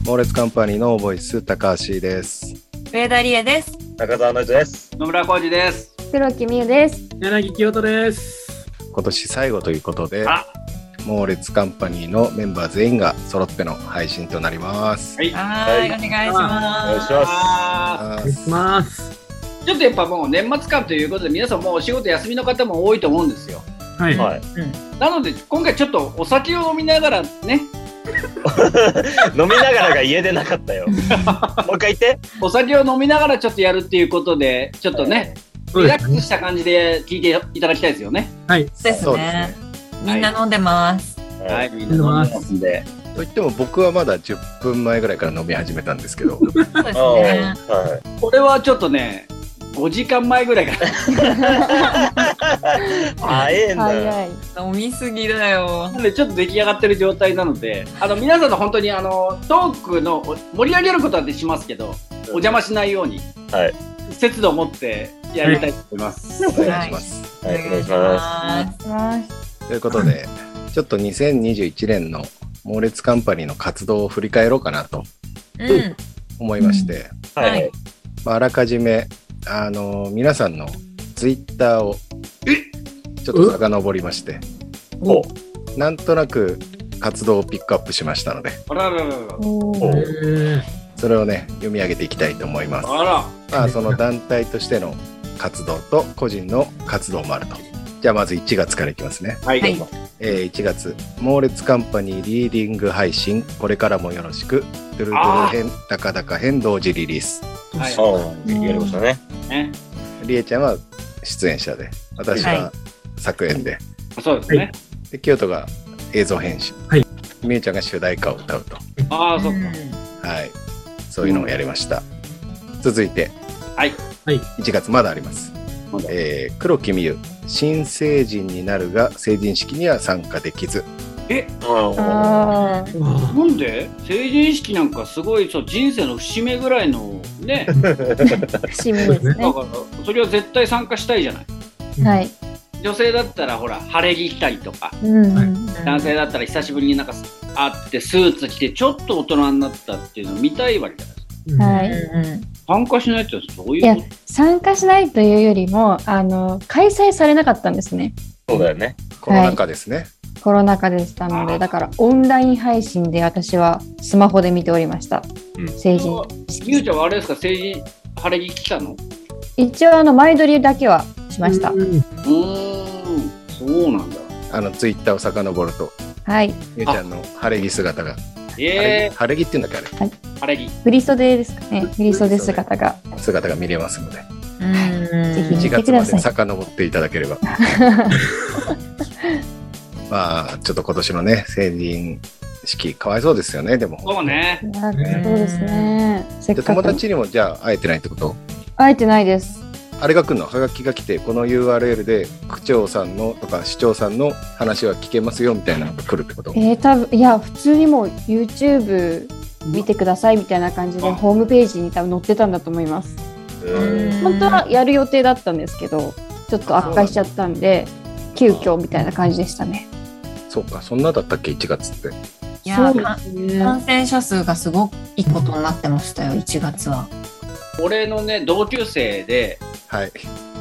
猛烈カンパニーのボイス高橋です。 上田理恵です。 中澤の人です。 野村浩二です。 黒木美優です。 柳清人です。 今年最後ということで猛烈カンパニーのメンバー全員が揃っての配信となります。 はい、お願いします。 お願いします。 ちょっとやっぱもう年末間ということで皆さんもうお仕事休みの方も多いと思うんですよ。 はい、 なので今回ちょっとお酒を飲みながらね飲みながらが家でなかったよもう一回言って。 お酒を飲みながらちょっとやるっていうことでちょっとね、リラックスした感じで聞いていただきたいですよね。 はい、 ですね。みんな飲んでます。 はい、みんな飲んでますんで。 といっても僕はまだ10分前ぐらいから飲み始めたんですけどそうですね。 これはちょっとね5時間前ぐらいから早いんだ。 早い。 飲みすぎだよ。 でちょっと出来上がってる状態なので、皆さんの本当にトークの盛り上げることはしますけど、お邪魔しないように、 はい、 節度を持ってやりたいと思います。 お願いします。 はい、お願いします。ということで、ちょっと2021年の猛烈カンパニーの活動を振り返ろうかなと思いまして、 はい、 あらかじめ皆さんのツイッターをちょっと遡りまして、なんとなく活動をピックアップしましたので、それをね読み上げていきたいと思います。その団体としての活動と個人の活動もあると。じゃあまず1月からいきますね。 はい、 1月猛烈カンパニーリーディング配信これからもよろしくドゥルドゥル編高々編同時リリース。 はい、やりましたね。 りえちゃんは出演者で、私は作演で、 そうですね。 で清人が映像編集、みゆちゃんが主題歌を歌うと。 ああ、そっか。 はい、そういうのをやりました。続いて、1月まだあります。黒木美優新成人になるが成人式には参加できず。 なんで成人式なんかすごい人生の節目ぐらいのね節目ですね。 だからそれは絶対参加したいじゃない。 はい。 女性だったらほら晴れ着着たりとか、男性だったら久しぶりになんか会ってスーツ着てちょっと大人になったっていうのを見たいわけじゃないですか。 はい。 参加しないってどういうこと？ いや、参加しないというよりも開催されなかったんですね。 そうだよね。 コロナ禍ですね。 コロナ禍でしたので、だからオンライン配信で私はスマホで見ておりました。成人式。 ゆうちゃんはあれですか、成人晴れ着着たの？ 一応前撮りだけはしました。 そうなんだ。 ツイッターを遡ると、 はい。 ゆうちゃんの晴れ着姿が、晴れ着っていうんだっけあれ？ はい。 晴れ着。 振り袖ですかね。振り袖姿が見れますので、 ぜひ見て 1月までください。 遡っていただければ。まあちょっと今年のね成人式かわいそうですよね。でもそうね。 そうですね。せっかく友達にもじゃあ会えてないってこと？ 会えてないです。 あれが来るの？はがきが来てこの URL で区長さんのとか市長さんの話は聞けますよみたいなのが来るってこと？ 多分いや普通にもう YouTube 見てくださいみたいな感じでホームページに多分載ってたんだと思います。本当はやる予定だったんですけどちょっと悪化しちゃったんで急遽みたいな感じでしたね。 そうか、そんなだったっけ1月って。 いや、感染者数がすごくいいことになってましたよ1月は。 俺のね同級生で、 はい、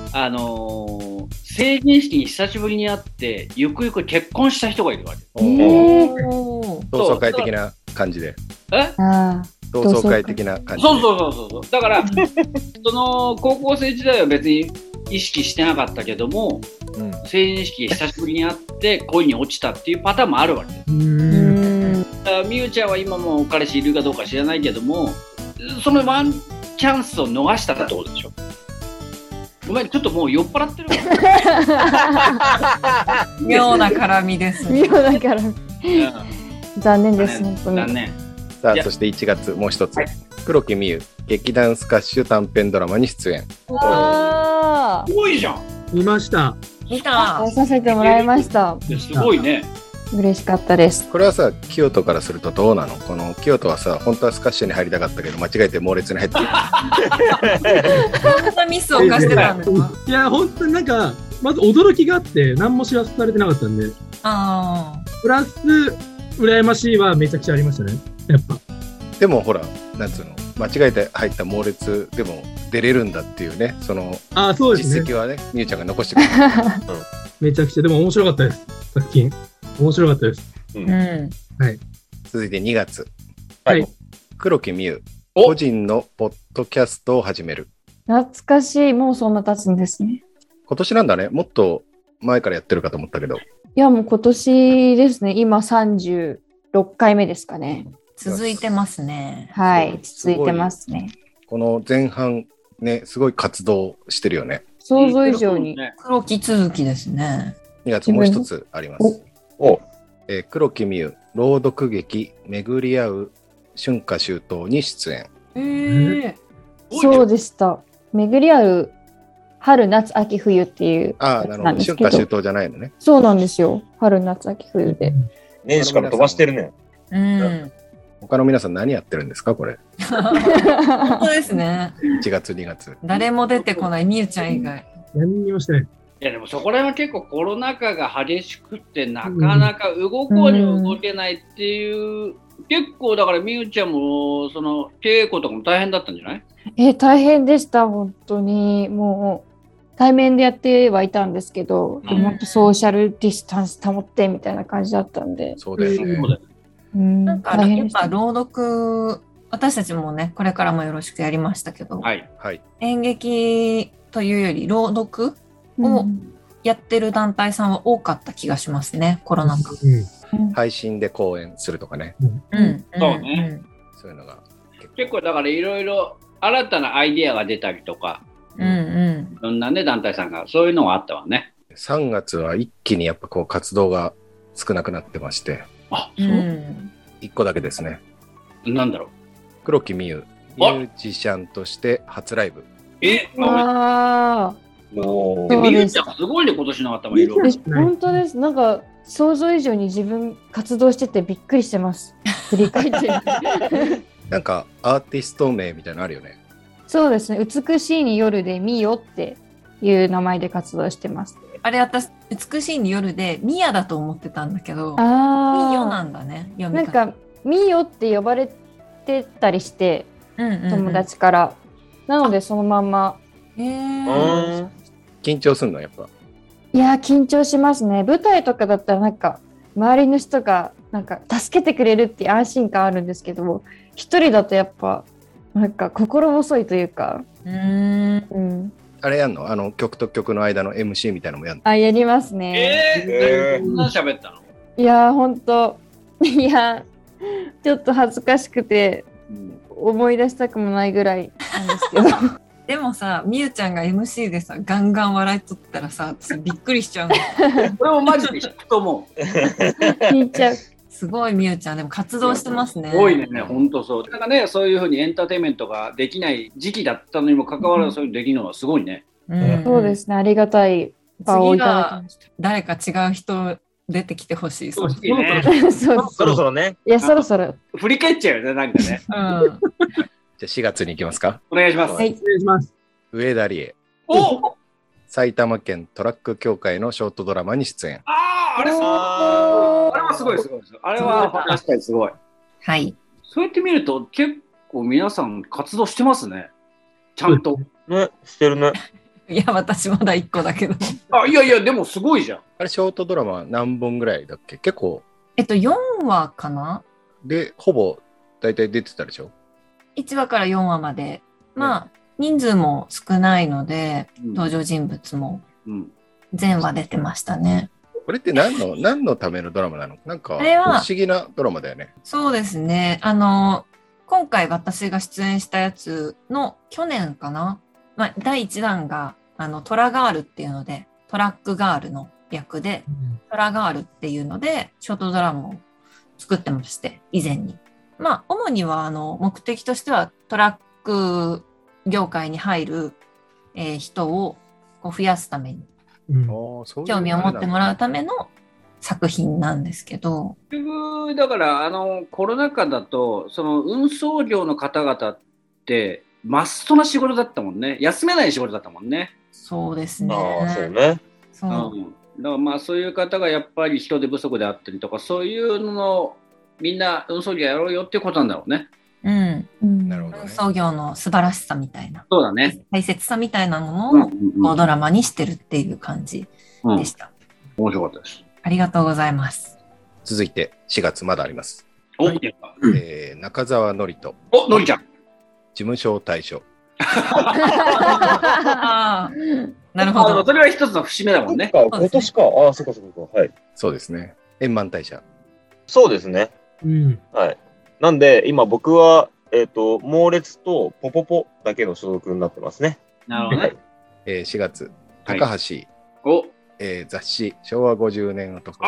成人式に久しぶりに会ってゆくゆく結婚した人がいるわけ。 同窓会的な感じで。同窓会的な感じで。 そうだからその高校生時代は別に意識してなかったけども、成人式久しぶりに会って恋に落ちたっていうパターンもあるわけです。だからみゆちゃんは今も彼氏いるかどうか知らないけどもそのワンチャンスを逃したってことでしょ。お前ちょっともう酔っ払ってるわ。 妙な絡みですね。 妙な絡み。残念です本当に。 残念。 さあそして1月もう一つ、黒木美優劇団スカッシュ短編ドラマに出演。 すごいじゃん。 見ました。 見た。 出させてもらいました。 すごいね。 嬉しかったです。 これはさ清人からするとどうなの？この清人はさ本当はスカッシュに入りたかったけど間違えて猛烈に入ってそんなミスを犯してたんですか？ いや本当になんかまず驚きがあって何も知らされてなかったんで、プラス羨ましいはめちゃくちゃありましたね。やっぱでもほら、なんつうの、間違えて入った猛烈でも出れるんだっていうね、そのそうですね、 実績はね、みゆちゃんが残してくれる。 めちゃくちゃ、でも面白かったです。作品。面白かったです。 はい。続いて2月。 はい。 黒木みゆ、個人のポッドキャストを始める。 懐かしい。もうそんな経つんですね。 今年なんだね。もっと前からやってるかと思ったけど。 いや、もう今年ですね。今36回目ですかね。 続いてますね。 はい、続いてますね。 この前半ね、すごい活動してるよね。 想像以上に。 黒木続きですね。 2月もう一つあります。黒木みゆ、朗読劇、巡り合う春夏秋冬に出演。 そうでした。巡り合う春夏秋冬っていう。 なるほど。春夏秋冬じゃないのね。 そうなんですよ。春夏秋冬で。 年始から飛ばしてるね。 他の皆さん何やってるんですか、これ。 本当ですね。 1月、2月。 誰も出てこない、みゆちゃん以外。 何にもしてない。 いやでもそこら辺は結構コロナ禍が激しくてなかなか動こうにも動けないっていう、結構だからみゆちゃんもその稽古とかも大変だったんじゃない？ 大変でした本当に。もう対面でやってはいたんですけど、本当ソーシャルディスタンス保ってみたいな感じだったんで。 そうだよね。 なんかやっぱ朗読、私たちもねこれからもよろしくやりましたけど、演劇というより朗読をやってる団体さんは多かった気がしますね、コロナ禍。 配信で公演するとかね。 そうね。 そういうのが結構だからいろいろ新たなアイディアが出たりとか、いろんなね団体さんがそういうのがあったわね。 3月は一気にやっぱこう活動が少なくなってまして。 そう。 1個だけですね。 なんだろう。 黒木みゆ、ミュージシャンとして初ライブ。 みゆちゃんすごいね、今年の頭色。 本当です。なんか想像以上に自分活動しててびっくりしてます。振り返ってなんかアーティスト名みたいなのあるよね。 そうですね。美しいに夜でみよっていう名前で活動してます。 あれ私美しいに夜でミヤだと思ってたんだけど、ミヨなんだね。 なんかミヨって呼ばれてたりして、友達から。なのでそのまんま。 緊張すんのやっぱ。 いや緊張しますね。舞台とかだったらなんか周りの人がなんか助けてくれるっていう安心感あるんですけど、一人だとやっぱなんか心細いというか。 あれやんの？曲と曲の間の MC みたいなのもやんの？ やりますね。 こんな喋ったの？ いや本当いやちょっと恥ずかしくて思い出したくもないぐらいなんですけど。 でもさ、みゆちゃんが MC でさガンガン笑いとったらさ、私びっくりしちゃうの。 これもマジで聞くと思う。 聞いちゃう。 すごいみゆちゃんでも活動してますね。 すごいね、本当そう。なんかね、そういう風にエンターテインメントができない時期だったのにもかかわらず、そういうのできるのはすごいね。 そうですね、ありがたい場をいただきました。 誰か違う人出てきてほしい。 そうね。 そろそろね。 いや、そろそろ。 振り返っちゃうよね、なんかね。 じゃあ4月に行きますか。 お願いします。 はい、お願いします。 上田理恵。埼玉県トラック協会のショートドラマに出演。 あれはすごいすごいです。あれは確かにすごい。 はい。 そうやって見ると結構皆さん活動してますね。ちゃんと。 ね、してるね。 いや、私まだ1個だけど。 いやいや、でもすごいじゃん。 あれ、ショートドラマ何本ぐらいだっけ？結構。 4話かな？ で、ほぼ大体出てたでしょ？ 1 話から4話まで。まあ、人数も少ないので、登場人物も全話出てましたね。 これって何のためのドラマなの？なんか不思議なドラマだよね。 そうですね。今回私が出演したやつの去年かな、第1弾がトラガールっていうので、トラックガールの役で、トラガールっていうのでショートドラマを作ってまして、以前に。主には目的としてはトラック業界に入る、人を増やすために、興味を持ってもらうための作品なんですけど、 結局だからコロナ禍だとその運送業の方々ってマストな仕事だったもんね。休めない仕事だったもんね。 そうですね。 そうね。 そう。 だからそういう方がやっぱり人手不足であったりとか、そういうのをみんな運送業やろうよっていうことなんだろうね。 なるほどね。 運送業の素晴らしさみたいな、 そうだね。 大切さみたいなものをこうドラマにしてるっていう感じでした。 面白かったです。 ありがとうございます。 続いて4月まだあります。中澤のりと。 のりちゃん。 事務所退所。 なるほど。 それは一つの節目だもんね。 今年か。ああ、そうかそうか。はい。 そうですね。円満退社。 そうですね。はい。なんで、今僕は、猛烈とポポポだけの所属になってますね。 なるほどね。 4月、高橋。雑誌、昭和50年男。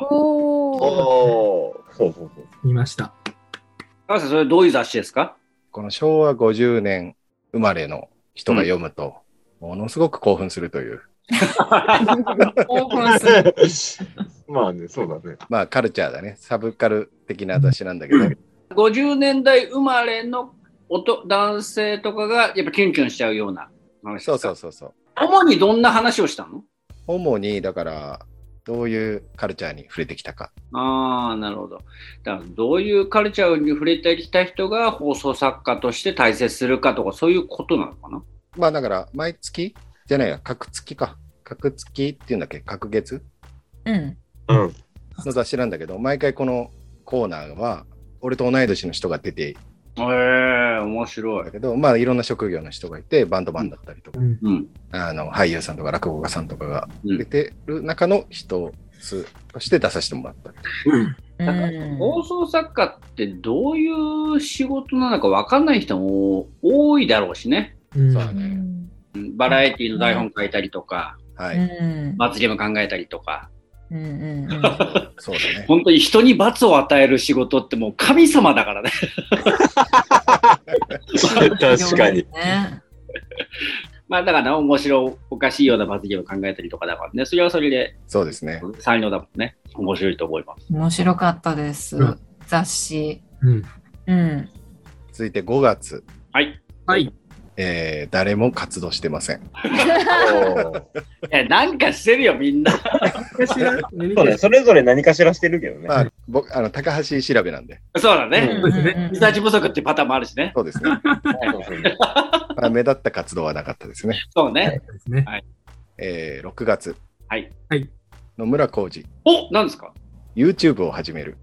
そう。 見ました。 高橋さん、それどういう雑誌ですか？ この昭和50年生まれの人が読むと、ものすごく興奮するという。 興奮する。 まあね、そうだね。 まあカルチャーだね。サブカル的な雑誌なんだけど。 50年代生まれの男性とかがやっぱキュンキュンしちゃうような話ですか？そう。主にどんな話をしたの？ 主にだからどういうカルチャーに触れてきたか。 ああ、なるほど。だからどういうカルチャーに触れてきた人が放送作家として大切するかとかそういうことなのかな？ まあだから毎月じゃないや、各月か。各月っていうんだっけ？各月？の雑誌なんだけど、毎回このコーナーは俺と同い年の人が出て面白い。 だけど、まあいろんな職業の人がいて、バンドマンだったりとか、俳優さんとか落語家さんとかが出てる中の一つとして出させてもらった。 放送作家ってどういう仕事なのか分かんない人も多いだろうしね。 そうだね。 バラエティの台本書いたりとか、罰ゲーム考えたりとか。 そうだね。 本当に人に罰を与える仕事ってもう神様だからね。 確かに。 まあだから面白おかしいような罰ゲーム考えたりとかだからね、それはそれでそうですね。 才能だもんね。面白いと思います。 面白かったです。雑誌。 続いて5月。 はい。 誰も活動してません。 なんかしてるよ、みんな。 そうね、それぞれ何かしらしてるけどね。 まあ、僕、高橋調べなんで。 そうだね。リサーチ不足っていうパターンもあるしね。 そうですね。目立った活動はなかったですね。 そうね。 6月。野村浩二。 何ですか？ YouTube を始める。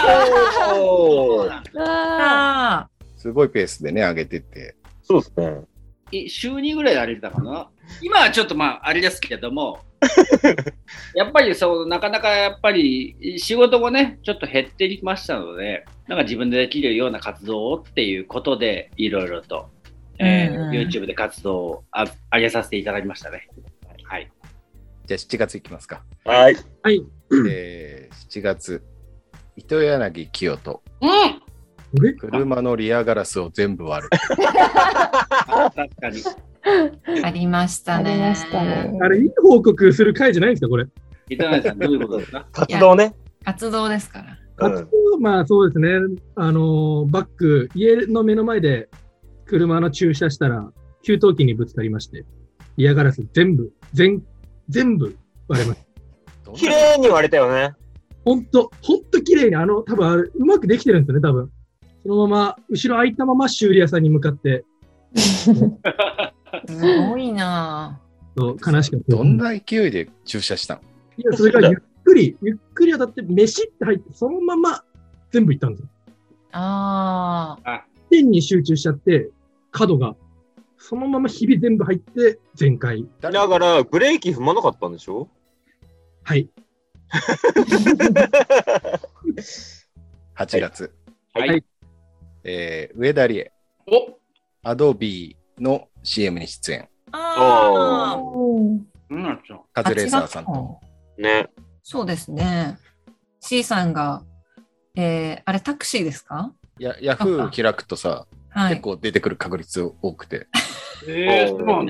すごいペースでね、上げてて。 そうですね。 週2ぐらいあれたかな。今はちょっとあれですけども、やっぱりなかなかやっぱり仕事もね、ちょっと減ってきましたので、なんか自分でできるような活動をっていうことで、いろいろと、YouTube で活動を上げさせていただきましたね。はい。 じゃあ7月いきますか。 はい。 7月、糸柳清人。車のリアガラスを全部割る。 確かに。 ありましたね。 あれ、いい報告する回じゃないんですか、これ。 糸谷さん、どういうことですか？ 活動ね。 活動ですから。 活動、まあそうですね。バック、家の目の前で車の駐車したら、給湯器にぶつかりまして、リアガラス全部割れました。 綺麗に割れたよね。 ほんと綺麗に、多分あれ、うまくできてるんですよね、多分。そのまま、後ろ空いたまま修理屋さんに向かって。 すごいなぁ。悲しかった。 どんな勢いで駐車したの？ いや、それがゆっくり当たって、飯って入って、そのまま全部行ったんですよ。天に集中しちゃって、角が、そのままひび全部入って、全開。 だから、ブレーキ踏まなかったんでしょ？ はい。 8月。 はい。 上田理恵。アドビーの CM に出演。 カズレーサーさんと。 ね。 そうですね。C さんが、あれタクシーですか？ ヤフー開くとさ、結構出てくる確率多くて。 そうなんだ。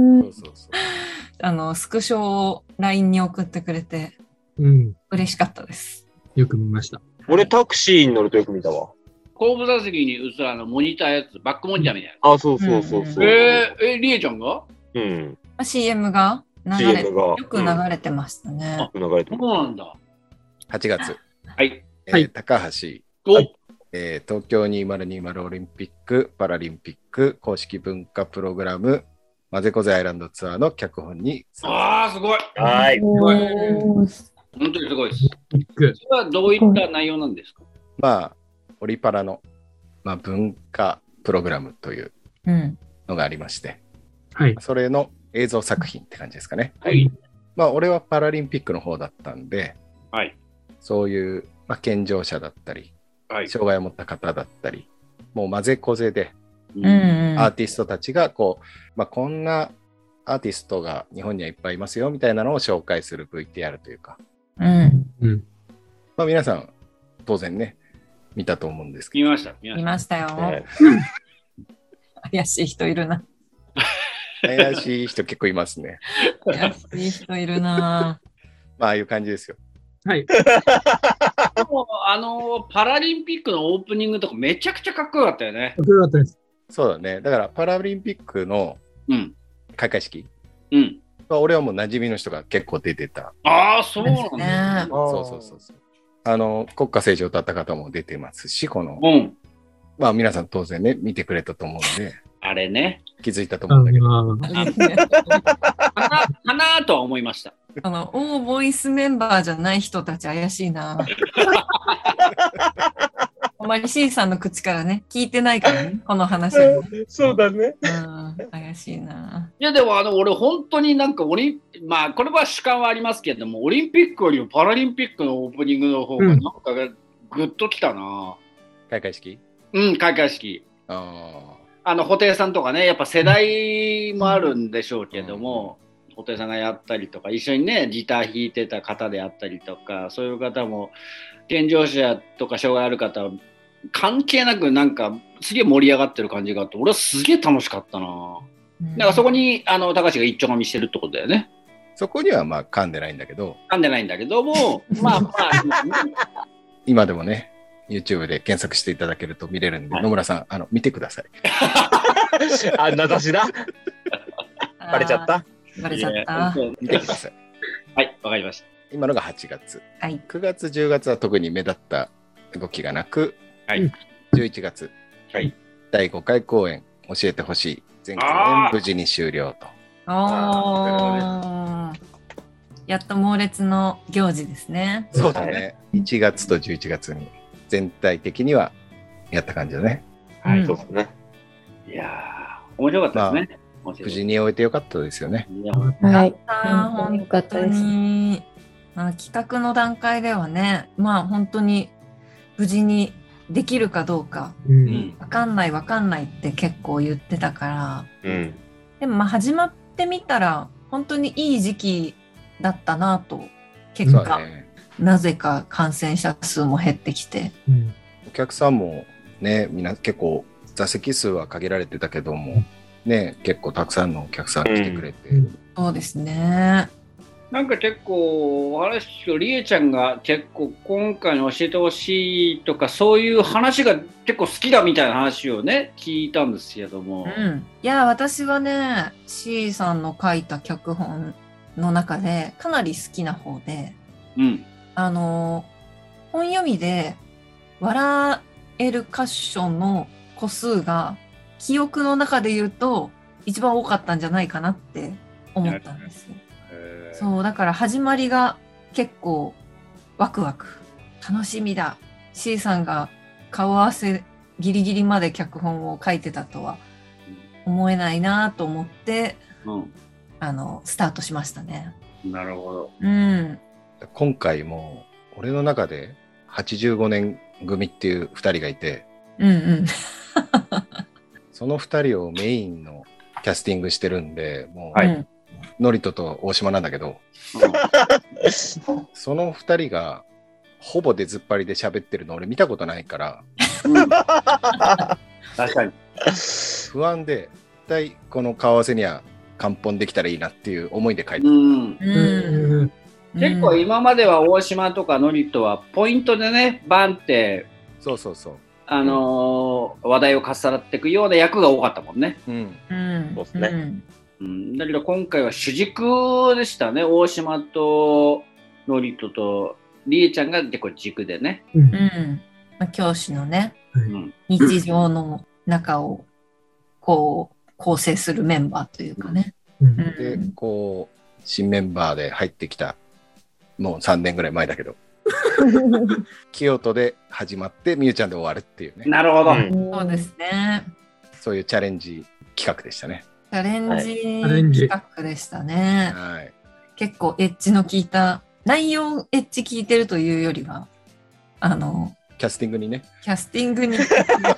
そう。 スクショを LINE に送ってくれて、嬉しかったです。 よく見ました。 俺タクシーに乗るとよく見たわ。 後部座席に映るモニターやつ、バックモニターみたいな。 そう。 りえちゃんが ？CM がよく流れてましたね。 そうなんだ。 8月。 はい。 高橋。 東京2020オリンピック・パラリンピック公式文化プログラムまぜこぜアイランドツアーの脚本に。 ああ、すごい。 はい。 本当にすごいです。それはどういった内容なんですか？ まあ、オリパラの、文化プログラムというのがありまして、はい、それの映像作品って感じですかね。 はい。 俺はパラリンピックの方だったんで、 はい、 そういう、健常者だったり、はい、障害を持った方だったり、もう混ぜこぜで、アーティストたちがこんなアーティストが日本にはいっぱいいますよみたいなのを紹介する VTR というか、皆さん当然ね見たと思うんですけど。 見ましたよ。怪しい人いるな。 怪しい人結構いますね。 怪しい人いるな。 ああいう感じですよ。 はい。 でもパラリンピックのオープニングとかめちゃくちゃかっこよかったよね。 かっこよかったです。 そうだね。だからパラリンピックの開会式、俺はもう馴染みの人が結構出てた。 ああ、そうなんだ。 そう国歌斉唱を歌った方も出てますし、この、皆さん当然ね見てくれたと思うんで、 あれね気づいたと思うんだけど、 かなとは思いました。 ボイスメンバーじゃない人たち怪しいな。あまり C さんの口からね聞いてないからね、この話は、ね。 そうだね。 怪しいな。 いやでも俺本当になんかこれは主観はありますけれども、オリンピックよりもパラリンピックのオープニングの方がなんかグッときたな。 開会式？ 開会式。布袋さんとかね、やっぱ世代もあるんでしょうけども、布袋さんがやったりとか、一緒にねギター弾いてた方であったりとか、そういう方も健常者とか障害ある方は関係なくなんかすげえ盛り上がってる感じがあって、俺はすげえ楽しかったな。だからそこに高橋が一丁噛みしてるってことだよね。 そこには噛んでないんだけども今でもね YouTube で検索していただけると見れるんで、野村さん見てください。 あんな雑誌だ。バレちゃった。 見てください。 はい、わかりました。 今のが8月、9月10月は特に目立った動きがなく、11月、第5回公演教えてほしい全公演無事に終了と。 やっと猛烈の行事ですね。 そうだね。1月と11月に全体的にはやった感じだね。 はい、そうですね。 いやー、面白かったですね。 無事に終えてよかったですよね。 はい、本当によかったです。 企画の段階ではね、本当に無事にできるかどうか、分かんないって結構言ってたから、でも始まってみたら本当にいい時期だったなと。結果、なぜか感染者数も減ってきて、 お客さんもね、みんな結構座席数は限られてたけどもね、結構たくさんのお客さん来てくれて、 そうですね。 なんか結構お話聞くと、りえちゃんが結構今回の教えてほしいとかそういう話が結構好きだみたいな話をね聞いたんですけども、 いや私はね C さんの書いた脚本の中でかなり好きな方で、本読みで笑える箇所の個数が記憶の中で言うと一番多かったんじゃないかなって思ったんですよ。そうだから始まりが結構ワクワク楽しみだ。 C さんが顔合わせギリギリまで脚本を書いてたとは思えないなと思って、スタートしましたね。 なるほど。 今回も俺の中で85年組っていう2人がいて、その2人をメインのキャスティングしてるんで、もう、ノリトと大島なんだけど、その2人がほぼ出ずっぱりで喋ってるの俺見たことないから、 確かに不安で、絶対この顔合わせには完本できたらいいなっていう思いで書いてる。結構今までは大島とかノリトはポイントでねバンって話題をかっさらっていくような役が多かったもんね。 そうですね。 だけど今回は主軸でしたね。大島とノリトとりえちゃんが結構軸でね。 教師のね日常の中をこう構成するメンバーというかね。 で、こう、新メンバーで入ってきた、もう3年ぐらい前だけど、清人で始まって、みゆちゃんで終わるっていうね。 なるほど。 そうですね。 そういうチャレンジ企画でしたね。 チャレンジ企画でしたね。はい、結構エッジの効いた、内容エッジ効いてるというよりは、 キャスティングにね。 キャスティングに。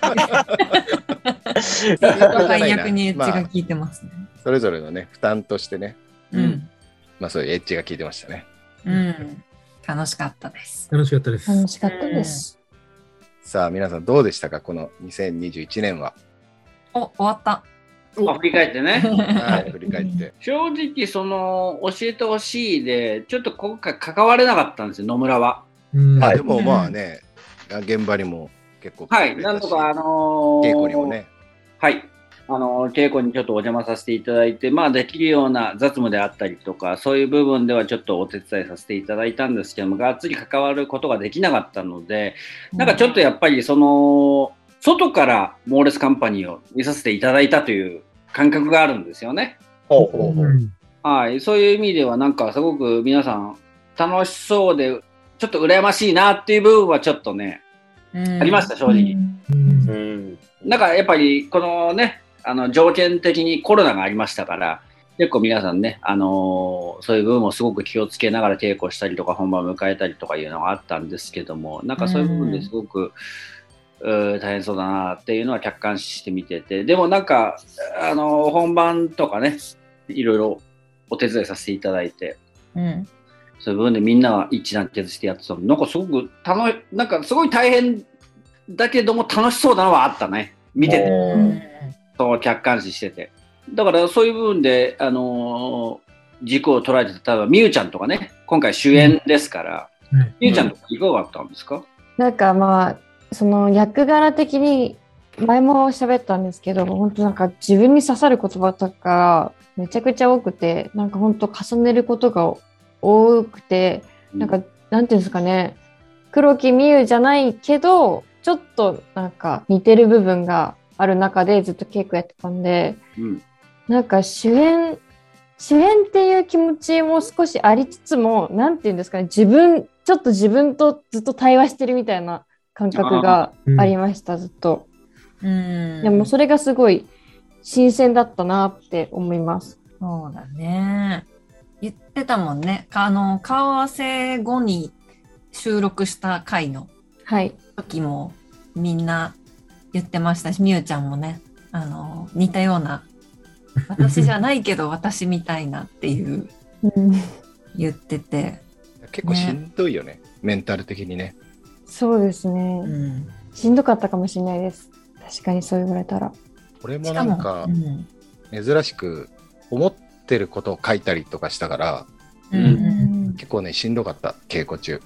配役にエッジが効いてますね。 それぞれのね、負担としてね。まあそういうエッジが効いてましたね。 楽しかったです。 楽しかったです。 楽しかったです。 さあ、皆さんどうでしたか、この2021年は。 終わった。 振り返ってね。 はい、振り返って。 正直、教えてほしいで、ちょっと今回関われなかったんですよ、野村は。 でもまあね、現場にも結構はい、なんとか稽古にもね。 はい。稽古にちょっとお邪魔させていただいて、まあできるような雑務であったりとか、そういう部分ではちょっとお手伝いさせていただいたんですけども、がっつり関わることができなかったので、なんかちょっとやっぱり外からモーレスカンパニーを見させていただいたという感覚があるんですよね。はい。そういう意味ではなんかすごく皆さん楽しそうで、ちょっと羨ましいなっていう部分はちょっとね、ありました、正直。なんかやっぱりこのね、条件的にコロナがありましたから、結構皆さんね、そういう部分もすごく気をつけながら稽古したりとか、本番を迎えたりとかいうのがあったんですけども、なんかそういう部分ですごく、大変そうだなっていうのは客観視して見てて、でもなんか、本番とかね、いろいろお手伝いさせていただいて、そういう部分でみんなが一致団結してやってたの、なんかすごくなんかすごい大変だけども楽しそうなのはあったね、見てて。そう客観視してて。だからそういう部分で、軸を捉えてた、例えばみゆちゃんとかね、今回主演ですから、みゆちゃんとかいかがだったんですか？ なんかまあ、その役柄的に、前も喋ったんですけど、本当なんか自分に刺さる言葉とかめちゃくちゃ多くて、なんか本当重ねることが多くて、なんか、なんていうんですかね、黒木みゆじゃないけど、ちょっとなんか似てる部分がある中でずっと稽古やってたんで、なんか主演っていう気持ちも少しありつつも、なんていうんですかね、ちょっと自分とずっと対話してるみたいな感覚がありました、ずっと。でもそれがすごい新鮮だったなって思います。 そうだね。言ってたもんね。顔合わせ後に収録した回の時もみんな言ってましたし、みゆちゃんもね、似たような、私じゃないけど私みたいなっていう言ってて。 結構しんどいよね、メンタル的にね。 そうですね、しんどかったかもしれないです。確かにそう言われたら。 俺もなんか、珍しく思ってることを書いたりとかしたから、結構ね、しんどかった、稽古中。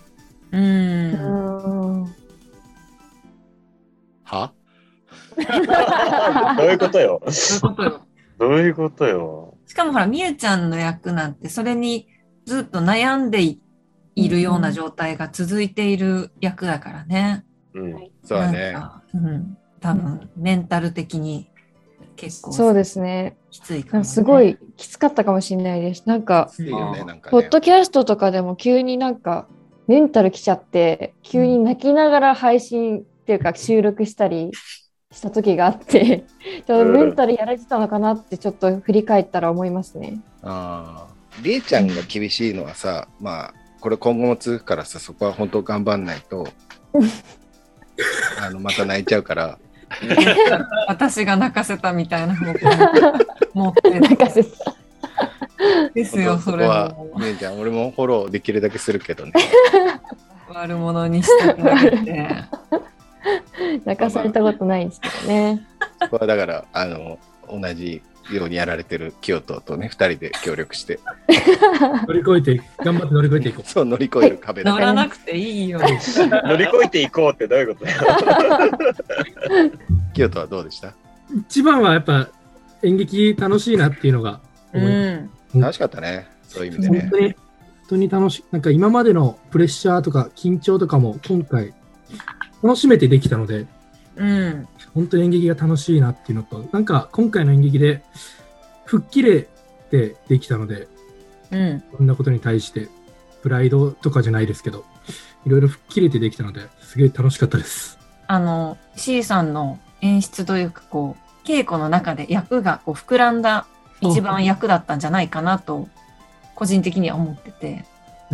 はどういうことよ。どういうことよ。 しかもほら、みゆちゃんの役なんて、それにずっと悩んでいるような状態が続いている役だからね。 そうだね。 多分メンタル的に結構そうですね、 きついかもね。 すごいきつかったかもしれないです。なんかポッドキャストとかでも急になんかメンタルきちゃって急に泣きながら配信っていうか収録したりした時があってちょっとメンタルやられてたのかなってちょっと振り返ったら思いますね。 りえちゃんが厳しいのはさ、まあこれ今後も続くからさ、そこは本当頑張んないとまた泣いちゃうから私が泣かせたみたいな方向に持って泣かせたですよ。それはねえちゃん、俺もフォローできるだけするけどね悪者にしてくれて泣かされたことないんですけどね。 そこはだから同じようにやられてる清人とね、2人で協力して乗り越えて頑張って乗り越えていこう。 そう、乗り越える壁だ、 乗らなくていいよ乗り越えていこうってどういうことだよ清人はどうでした？ 一番はやっぱ演劇楽しいなっていうのが楽しかったね、そういう意味でね。 本当に楽しい。なんか今までのプレッシャーとか緊張とかも今回楽しめてできたので、 本当に演劇が楽しいなっていうのと、なんか今回の演劇で吹っ切れてできたので、こんなことに対してプライドとかじゃないですけど、いろいろ吹っ切れてできたので、すげえ楽しかったです。 C さんの演出というか、こう稽古の中で役がこう膨らんだ一番役だったんじゃないかなと個人的には思ってて、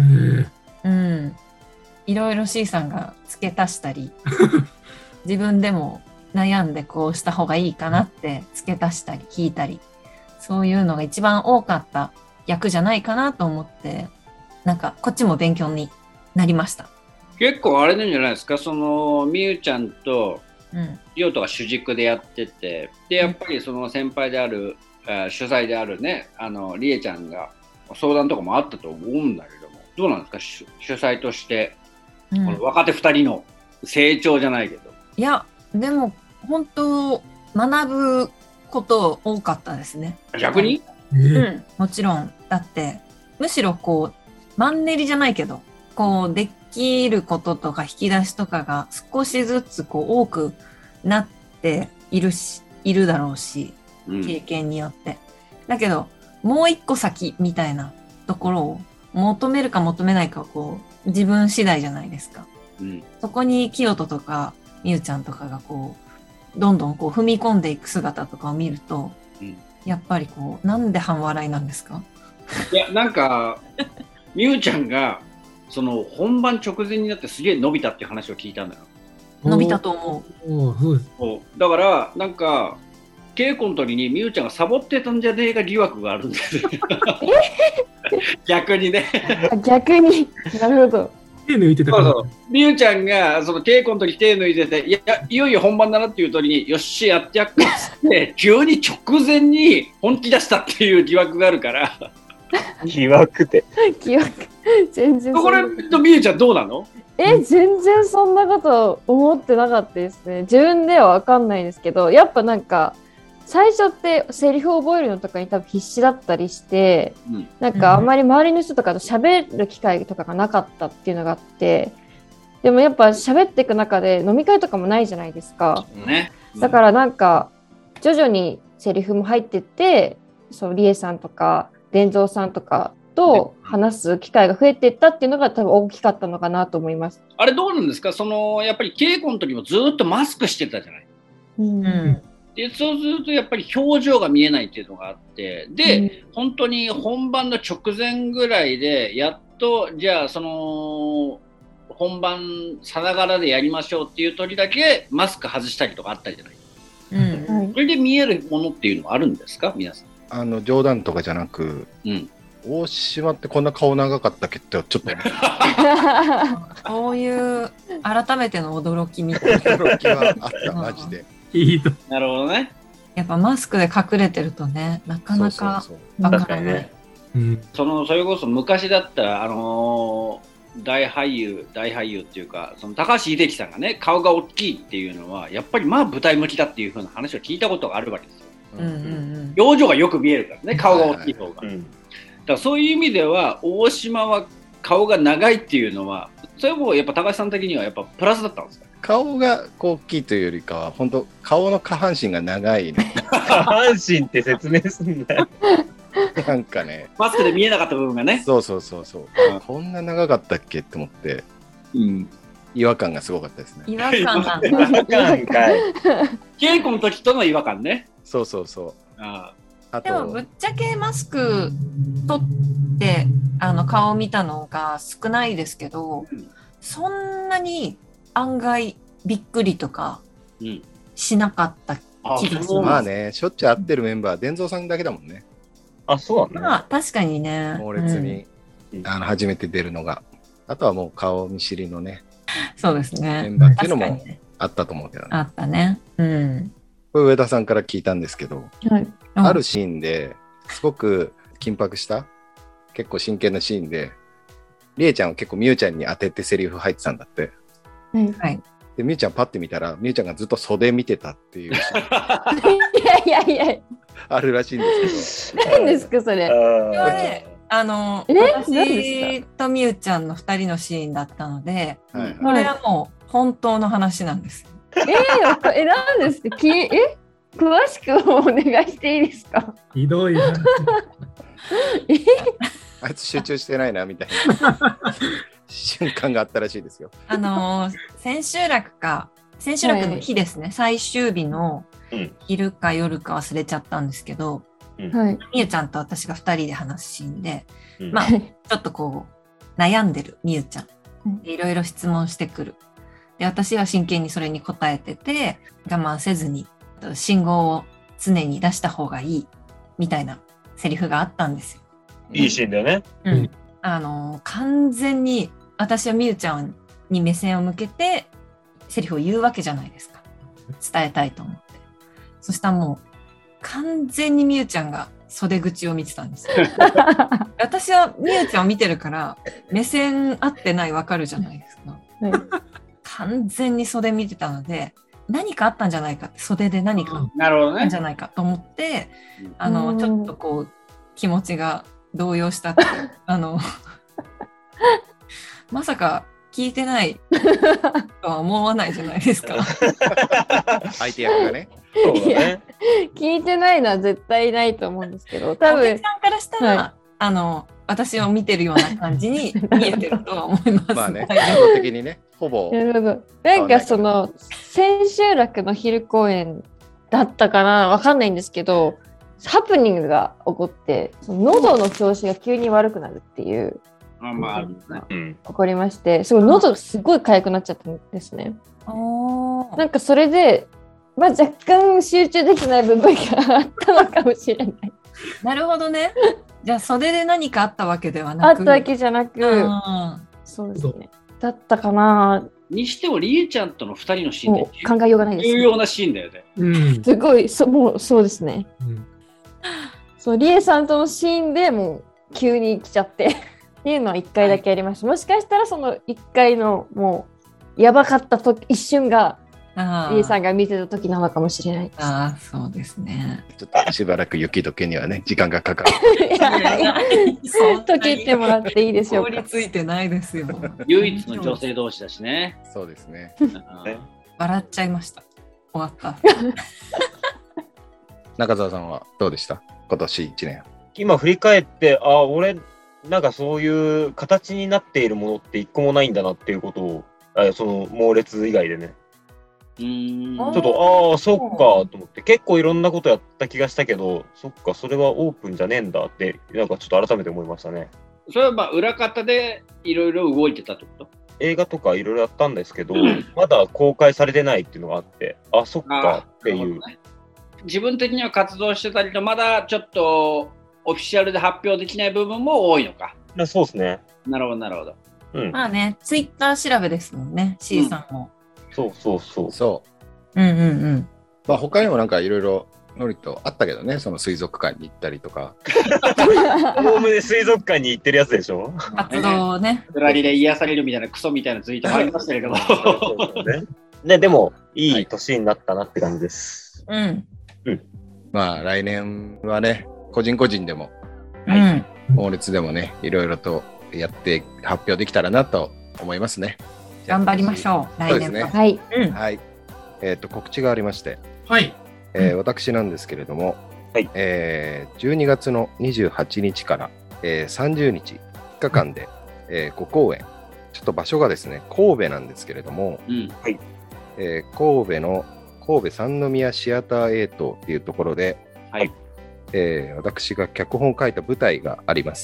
いろいろ C さんが付け足したり自分でも悩んでこうした方がいいかなって付け足したり聞いたり、そういうのが一番多かった役じゃないかなと思って、なんかこっちも勉強になりました。 結構あれなんじゃないですか、そのみゆちゃんとりょうとが主軸でやってて、でやっぱりその先輩である、主催であるね、りえちゃんが相談とかもあったと思うんだけども、どうなんですか、主催として、この若手2人の成長じゃないけど。 いやでも本当学ぶこと多かったですね。 逆に？ もちろん。だってむしろこうマンネリじゃないけど、こうできることとか引き出しとかが少しずつこう多くなっているだろうし、経験によって。だけどもう一個先みたいなところを求めるか求めないか、こう自分次第じゃないですか。そこに清人とかみゆちゃんとかがこうどんどんこう踏み込んでいく姿とかを見ると、やっぱりこうなんで半笑いなんですか？ いやなんかみゆちゃんがその本番直前になってすげえ伸びたっていう話を聞いたんだよ。 伸びたと思う。だからなんか稽古の時にみゆちゃんがサボってたんじゃねえか疑惑があるんですよ。逆にね。 逆に。なるほど。 手抜いてたから。 みゆちゃんがその稽古の時手抜いてて、いよいよ本番だなっていう時によっしやってやっかって急に直前に本気出したっていう疑惑があるから。 疑惑って。 疑惑。全然。 これとみゆちゃんどうなの？ 全然そんなこと思ってなかったですね。自分では分かんないですけど、やっぱなんか最初ってセリフを覚えるのとかに多分必死だったりして、なんかあんまり周りの人とかと喋る機会とかがなかったっていうのがあって、でもやっぱ喋っていく中で飲み会とかもないじゃないですか。だからなんか徐々にセリフも入ってって、そうリエさんとか伝蔵さんとかと話す機会が増えていったっていうのが多分大きかったのかなと思います。 あれどうなんですか、そのやっぱり稽古の時もずっとマスクしてたじゃない。でそうするとやっぱり表情が見えないっていうのがあって、で、本当に本番の直前ぐらいでやっとじゃあその本番さながらでやりましょうっていう時だけマスク外したりとかあったりじゃない。それで見えるものっていうのはあるんですか皆さん？ 冗談とかじゃなく、大島ってこんな顔長かったっけってちょっとこういう改めての驚きみたいな驚きはあったマジで。 なるほどね。 やっぱマスクで隠れてるとね、なかなかわからない。 それこそ昔だったら大俳優っていうか、その高橋英樹さんがね顔が大きいっていうのはやっぱりまあ舞台向きだっていう風な話を聞いたことがあるわけですよ。表情がよく見えるからね、顔が大きい方が。だからそういう意味では大島は顔が長いっていうのは、それもやっぱ高橋さん的にはやっぱプラスだったんですか？ 顔が大きいというよりかは本当顔の下半身が長い、ね、 下半身って説明すんだよ。 なんかね、 マスクで見えなかった部分がね。 そう、こんな長かったっけって思って、違和感がすごかったですね。 違和感なんだ。 違和感かい。 稽古の時との違和感ね。 そう。 でもぶっちゃけマスク取って顔を見たのが少ないですけど、そんなに案外びっくりとかしなかった気がします。 まあね、しょっちゅう会ってるメンバー伝蔵さんだけだもんね。 そうだね。 まあ確かにね。 猛烈に、初めて出るのが、あとはもう顔見知りのね。 そうですね。 メンバーっていうのもあったと思うけどね。 あったね。 これ上田さんから聞いたんですけど、あるシーンですごく緊迫した結構真剣なシーンで、りえちゃんは結構みゆちゃんに当ててセリフ入ってたんだって。でみゆちゃんパッて見たらみゆちゃんがずっと袖見てたっていうシーンいやあるらしいんですけど。 何ですかそれ。 私とみゆちゃんの2人のシーンだったので、これはもう本当の話なんです。 何ですか？詳しくお願いしていいですか？ ひどい話。 あいつ集中してないなみたいな瞬間があったらしいですよ。 千秋楽の日ですね、最終日の昼か夜か忘れちゃったんですけど、みゆちゃんと私が2人で話すシーンで、まあちょっとこう悩んでるみゆちゃん、いろいろ質問してくる。で、私は真剣にそれに答えてて、我慢せずに信号を常に出した方がいいみたいなセリフがあったんですよ。 いいシーンだよね。 完全に私はみゆちゃんに目線を向けてセリフを言うわけじゃないですか。伝えたいと思って。そしたらもう完全にみゆちゃんが袖口を見てたんですよ。私はみゆちゃんを見てるから目線合ってないわかるじゃないですか。完全に袖見てたので、何かあったんじゃないかって、袖で何かあったんじゃないかと思って、ちょっとこう気持ちが動揺したってまさか聞いてないとは思わないじゃないですか。 相手役がね。 そうだね。 聞いてないのは絶対ないと思うんですけど、多分お客さんからしたら、私を見てるような感じに見えてるとは思います。 まあね、基本的にね、ほぼ。 なるほど。なんかその千秋楽の昼公演だったかな、わかんないんですけど、ハプニングが起こって、その喉の調子が急に悪くなるっていう起こりまして、すごい喉がすごい痒くなっちゃったんですね。なんかそれで、若干集中できない部分があったのかもしれない。 なるほどね。じゃあ袖で何かあったわけではなく。 あったわけじゃなく、そうですね。だったかな。 にしてもりゆちゃんとの2人のシーンで考えようがないです、ね。 重要なシーンだよね。 すごい、もうそうですね。そう、りえさんとのシーンでもう急に来ちゃってっていうのは1回だけありました。もしかしたらその1回のもうやばかった一瞬がりえさんが見てた時なのかもしれないです。 そうですね。 ちょっとしばらく雪解けにはね、時間がかかる。 解けてもらっていいでしょうか。 凍りついてないですよ。 唯一の女性同士だしね。 そうですね。 笑っちゃいました。終わった。 中澤さんはどうでした？今年1年。 今振り返って、俺、なんかそういう形になっているものって一個もないんだなっていうことを、その猛烈以外でね。ちょっと、そっかと思って、結構いろんなことやった気がしたけど、そっか、それはオープンじゃねえんだって、なんかちょっと改めて思いましたね。 それは裏方でいろいろ動いてたってこと？ 映画とかいろいろやったんですけど、まだ公開されてないっていうのがあって、そっかっていう。 自分的には活動してたりと、まだちょっとオフィシャルで発表できない部分も多いのか。 そうですね。 なるほど、なるほど。 まあね、ツイッター調べですもんね、C さんも。 そう。まあ他にもなんかいろいろノリとあったけどね、その水族館に行ったりとか。 おおむね水族館に行ってるやつでしょ。 活動ね。 つらりで癒されるみたいなクソみたいなツイートもありましたけど。 ね、でもいい年になったなって感じです。 まあ来年はね、個人個人でも、猛烈でもね、いろいろとやって発表できたらなと思いますね。 頑張りましょう。来年ね。 はい。 告知がありまして、私なんですけれども、12月の28日から、30日3日間で、5公演、ちょっと場所がですね、神戸なんですけれども、神戸の神戸三宮シアター8っていうところで、私が脚本を書いた舞台があります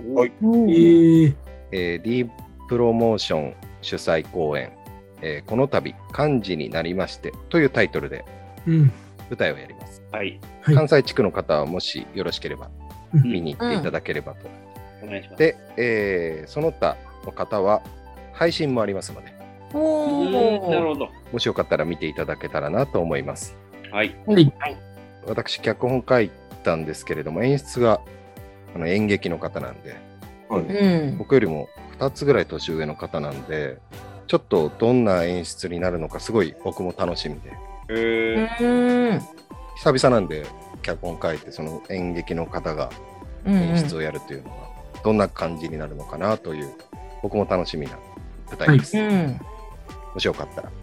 。D プロモーション主催公演、この度漢字になりましてというタイトルで舞台をやります。関西地区の方はもしよろしければ見に行っていただければと。で、その他の方は配信もありますので、 なるほど。 もしよかったら見ていただけたらなと思います。私脚本書いたんですけれども、演出が演劇の方なんで、僕よりも2つぐらい年上の方なんで、ちょっとどんな演出になるのかすごい僕も楽しみで、久々なんで脚本書いてその演劇の方が演出をやるというのはどんな感じになるのかなという、僕も楽しみな舞台です。もしよかったら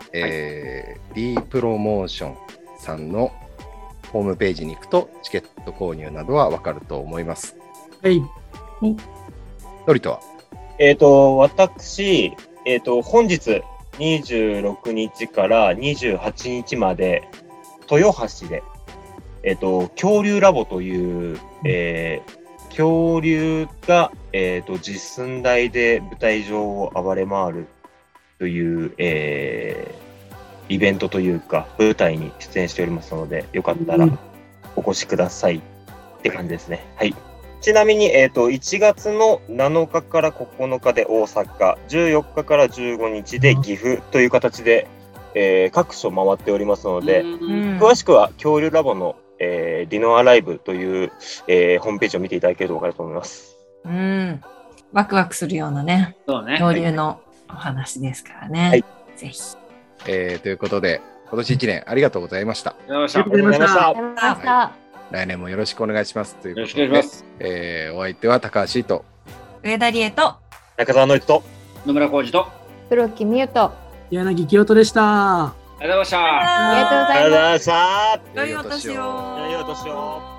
D プロモーションさんのホームページに行くとチケット購入などはわかると思います。 はい。 ノリとは私、本日26日から28日まで豊橋で、恐竜ラボという、恐竜が、実寸大で舞台上を暴れ回るという、イベントというか舞台に出演しておりますので、よかったらお越しくださいって感じですね。はい。ちなみに、1月の7日から9日で大阪、14日から15日で岐阜という形で、各所回っておりますので、詳しくは恐竜ラボの、ディノアライブという、ホームページを見ていただけると分かると思います。 ワクワクするようなね、恐竜のお話ですからね。はい、ぜひ。 ということで、今年1年ありがとうございました。 ありがとうございました。 来年もよろしくお願いしますということで、 よろしくお願いします。 お相手は高橋と上田理恵と中澤のりと野村浩二と黒木美優と柳清人でした。 ありがとうございました。 ありがとうございました。 良いお年を。 良いお年を。